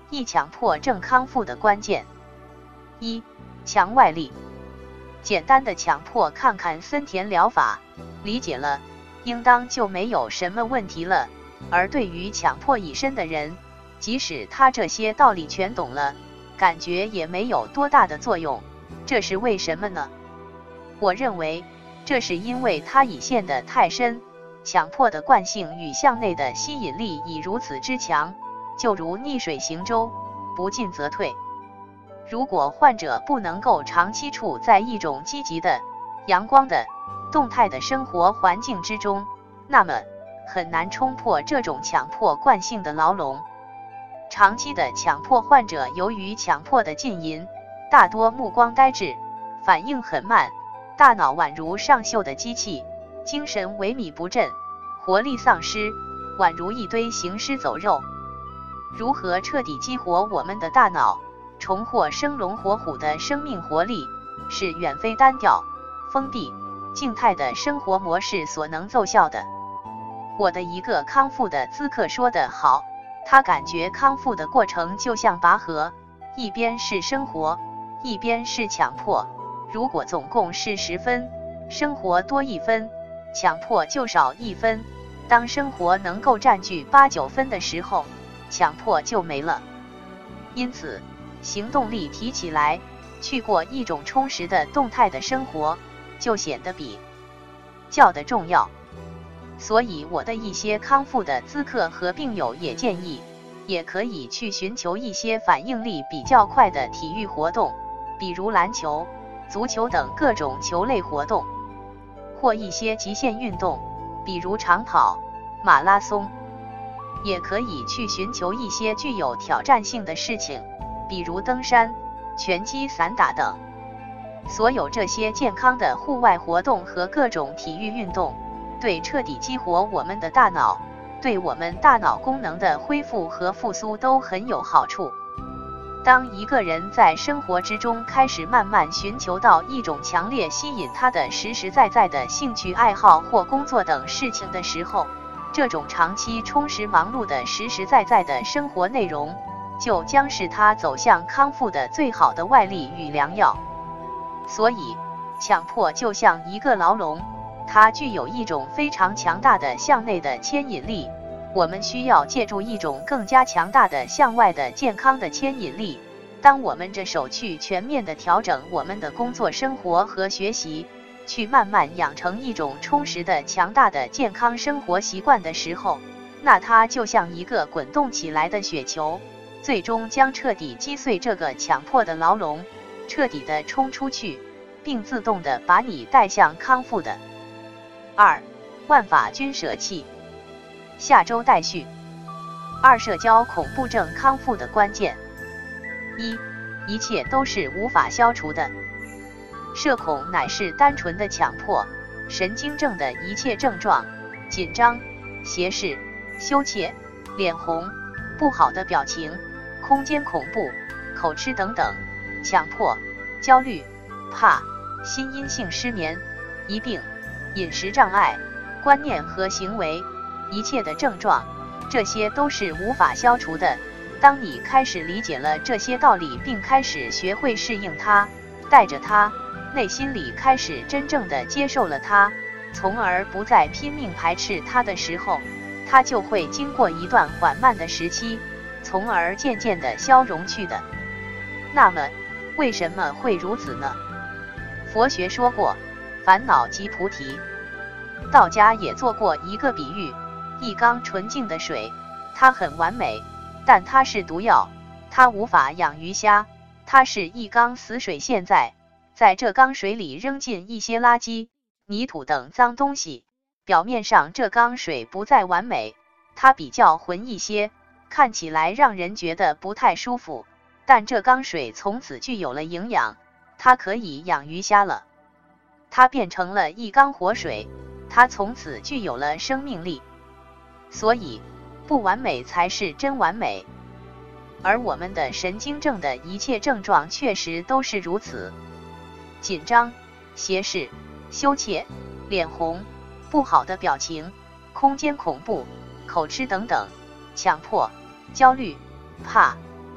易强迫症康复的关键。一、强外力。简单的强迫看看森田疗法，理解了，应当就没有什么问题了。而对于强迫已深的人，即使他这些道理全懂了，感觉也没有多大的作用。这是为什么呢？我认为，这是因为他已陷得太深，强迫的惯性与向内的吸引力已如此之强，就如逆水行舟，不进则退。如果患者不能够长期处在一种积极的、阳光的、动态的生活环境之中，那么很难冲破这种强迫惯性的牢笼。长期的强迫患者由于强迫的浸淫，大多目光呆滞，反应很慢，大脑宛如上锈的机器，精神萎靡不振，活力丧失，宛如一堆行尸走肉。如何彻底激活我们的大脑，重获生龙活虎的生命活力，是远非单调、封闭、静态的生活模式所能奏效的。我的一个康复的咨客说得好，他感觉康复的过程就像拔河，一边是生活，一边是强迫。如果总共是10分，生活多1分，强迫就少1分。当生活能够占据8、9分的时候，强迫就没了。因此，行动力提起来，去过一种充实的动态的生活，就显得比较的重要。所以我的一些康复的咨客和病友也建议，也可以去寻求一些反应力比较快的体育活动，比如篮球、足球等各种球类活动，或一些极限运动，比如长跑、马拉松。也可以去寻求一些具有挑战性的事情，比如登山、拳击、散打等。所有这些健康的户外活动和各种体育运动，对彻底激活我们的大脑，对我们大脑功能的恢复和复苏都很有好处。当一个人在生活之中开始慢慢寻求到一种强烈吸引他的实实在在的兴趣爱好或工作等事情的时候，这种长期充实忙碌的实实在在的生活内容，就将是他走向康复的最好的外力与良药。所以，强迫就像一个牢笼，它具有一种非常强大的向内的牵引力，我们需要借助一种更加强大的向外的健康的牵引力。当我们着手去全面的调整我们的工作生活和学习，去慢慢养成一种充实的强大的健康生活习惯的时候，那它就像一个滚动起来的雪球，最终将彻底击碎这个强迫的牢笼，彻底的冲出去，并自动的把你带向康复的。2. 万法均舍弃。下周待续。2. 社交恐怖症康复的关键。1. 一切都是无法消除的。社恐乃是单纯的强迫神经症的一切症状，紧张、斜视、羞怯、脸红、不好的表情、空间恐怖、口吃等等，强迫、焦虑、怕、心因性失眠、疑病、饮食障碍、观念和行为，一切的症状，这些都是无法消除的。当你开始理解了这些道理，并开始学会适应它，带着它，内心里开始真正的接受了它，从而不再拼命排斥它的时候，它就会经过一段缓慢的时期，从而渐渐的消融去的。那么，为什么会如此呢？佛学说过，烦恼即菩提。道家也做过一个比喻，一缸纯净的水，它很完美，但它是毒药，它无法养鱼虾，它是一缸死水。现在这缸水里扔进一些垃圾、泥土等脏东西，表面上这缸水不再完美，它比较浑一些，看起来让人觉得不太舒服，但这缸水从此具有了营养，它可以养鱼虾了，它变成了一缸活水，它从此具有了生命力。所以，不完美才是真完美。而我们的神经症的一切症状确实都是如此。紧张、斜视、羞怯、脸红、不好的表情、空间恐怖、口吃等等，强迫、焦虑、怕、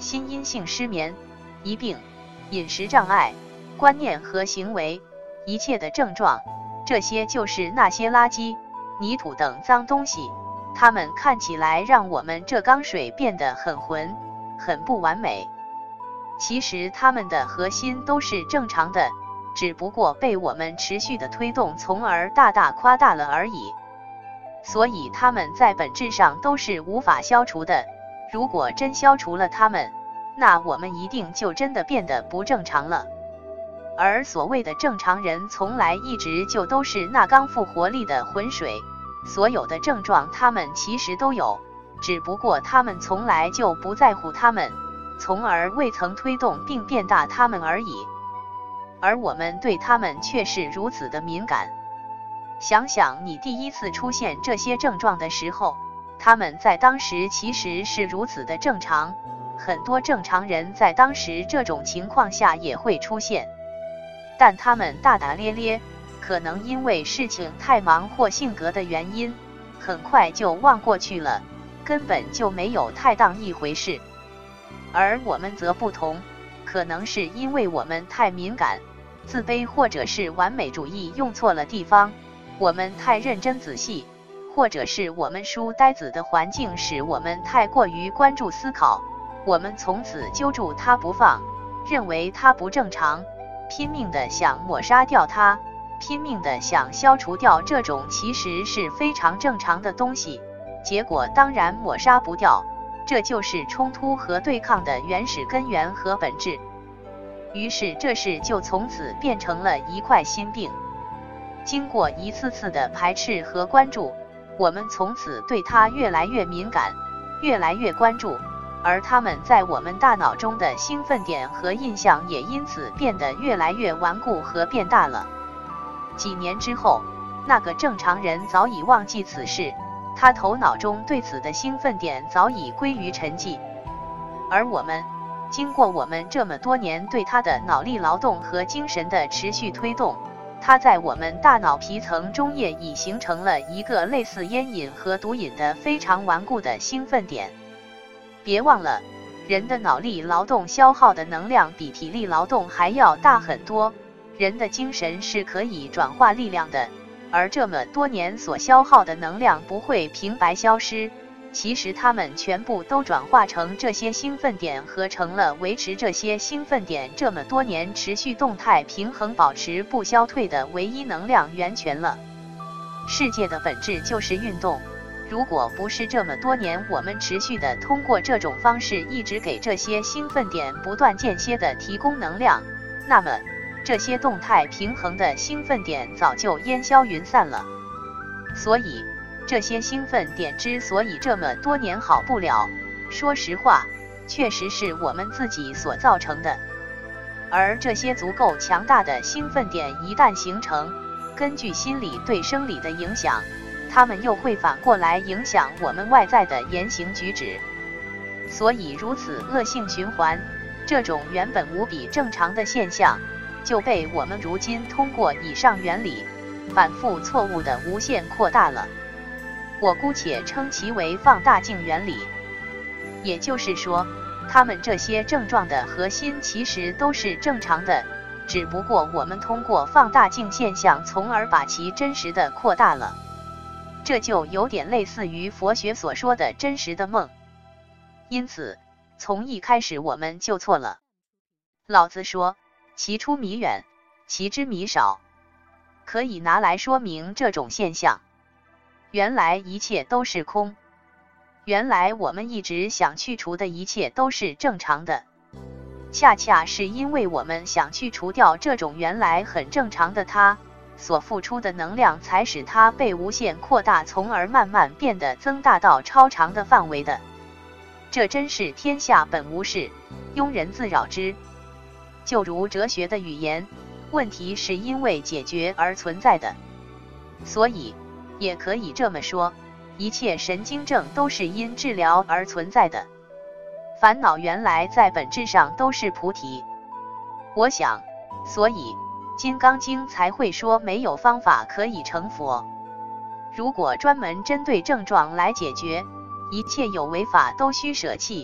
心因性失眠、疑病、饮食障碍、观念和行为，一切的症状，这些就是那些垃圾、泥土等脏东西，它们看起来让我们这缸水变得很浑、很不完美。其实它们的核心都是正常的，只不过被我们持续的推动，从而大大夸大了而已。所以它们在本质上都是无法消除的。如果真消除了它们，那我们一定就真的变得不正常了。而所谓的正常人，从来一直就都是那缸富活力的浑水，所有的症状他们其实都有，只不过他们从来就不在乎他们，从而未曾推动并变大他们而已。而我们对他们却是如此的敏感。想想你第一次出现这些症状的时候，他们在当时其实是如此的正常，很多正常人在当时这种情况下也会出现，但他们大大咧咧，可能因为事情太忙或性格的原因，很快就忘过去了，根本就没有太当一回事。而我们则不同，可能是因为我们太敏感、自卑，或者是完美主义用错了地方，我们太认真仔细，或者是我们书呆子的环境使我们太过于关注思考，我们从此揪住它不放，认为它不正常，拼命的想抹杀掉它，拼命的想消除掉这种其实是非常正常的东西，结果当然抹杀不掉，这就是冲突和对抗的原始根源和本质。于是这事就从此变成了一块心病。经过一次次的排斥和关注，我们从此对它越来越敏感，越来越关注，而它们在我们大脑中的兴奋点和印象也因此变得越来越顽固和变大了。几年之后，那个正常人早已忘记此事，他头脑中对此的兴奋点早已归于沉寂。而我们，经过我们这么多年对他的脑力劳动和精神的持续推动，它在我们大脑皮层中叶已形成了一个类似烟瘾和毒瘾的非常顽固的兴奋点。别忘了，人的脑力劳动消耗的能量比体力劳动还要大很多，人的精神是可以转化力量的，而这么多年所消耗的能量不会平白消失，其实它们全部都转化成这些兴奋点，合成了维持这些兴奋点这么多年持续动态平衡保持不消退的唯一能量源泉了。世界的本质就是运动，如果不是这么多年我们持续的通过这种方式一直给这些兴奋点不断间歇的提供能量，那么这些动态平衡的兴奋点早就烟消云散了。所以这些兴奋点之所以这么多年好不了，说实话，确实是我们自己所造成的。而这些足够强大的兴奋点一旦形成，根据心理对生理的影响，它们又会反过来影响我们外在的言行举止。所以如此恶性循环，这种原本无比正常的现象，就被我们如今通过以上原理，反复错误地无限扩大了。我姑且称其为放大镜原理。也就是说，它们这些症状的核心其实都是正常的，只不过我们通过放大镜现象，从而把其真实的扩大了。这就有点类似于佛学所说的真实的梦。因此，从一开始我们就错了。老子说，其出弥远，其知弥少，可以拿来说明这种现象。原来一切都是空，原来我们一直想去除的一切都是正常的，恰恰是因为我们想去除掉这种原来很正常的它，所付出的能量才使它被无限扩大，从而慢慢变得增大到超长的范围的。这真是天下本无事，庸人自扰之。就如哲学的语言，问题是因为解决而存在的，所以也可以这么说，一切神经症都是因治疗而存在的。烦恼原来在本质上都是菩提。我想，所以《金刚经》才会说没有方法可以成佛。如果专门针对症状来解决，一切有为法都需舍弃，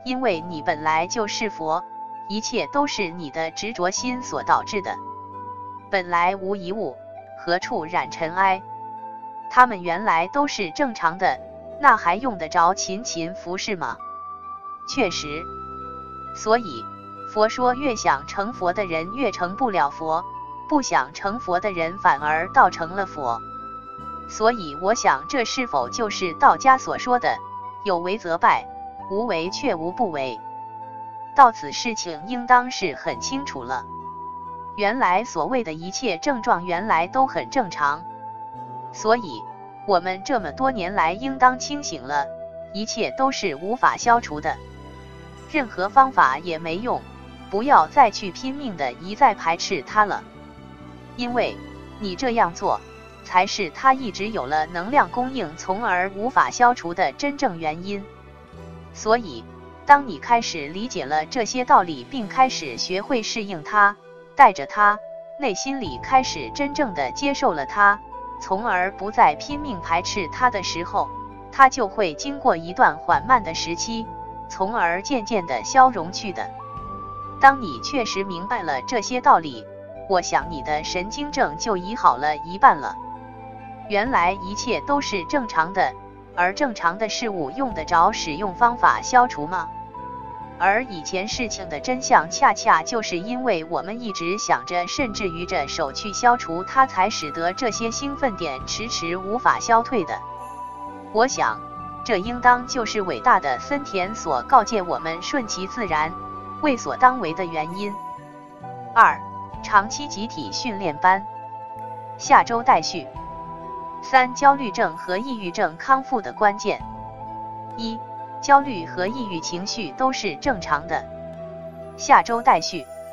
因为你本来就是佛，一切都是你的执着心所导致的。本来无一物，何处染尘埃？他们原来都是正常的，那还用得着勤勤服侍吗？确实，所以佛说越想成佛的人越成不了佛，不想成佛的人反而倒成了佛。所以我想这是否就是道家所说的有为则败，无为却无不为？到此事情应当是很清楚了。原来所谓的一切症状原来都很正常，所以我们这么多年来应当清醒了，一切都是无法消除的，任何方法也没用，不要再去拼命的一再排斥它了，因为你这样做才是它一直有了能量供应从而无法消除的真正原因。所以当你开始理解了这些道理，并开始学会适应它，带着它，内心里开始真正的接受了它，从而不再拼命排斥它的时候，它就会经过一段缓慢的时期，从而渐渐的消融去的。当你确实明白了这些道理，我想你的神经症就已好了一半了。原来一切都是正常的，而正常的事物用得着使用方法消除吗？而以前事情的真相恰恰就是因为我们一直想着甚至于着手去消除它，才使得这些兴奋点迟迟无法消退的。我想这应当就是伟大的森田所告诫我们顺其自然，为所当为的原因。2. 长期集体训练班，下周待续。3. 焦虑症和抑郁症康复的关键。1. 焦虑和抑郁情绪都是正常的。下周待续。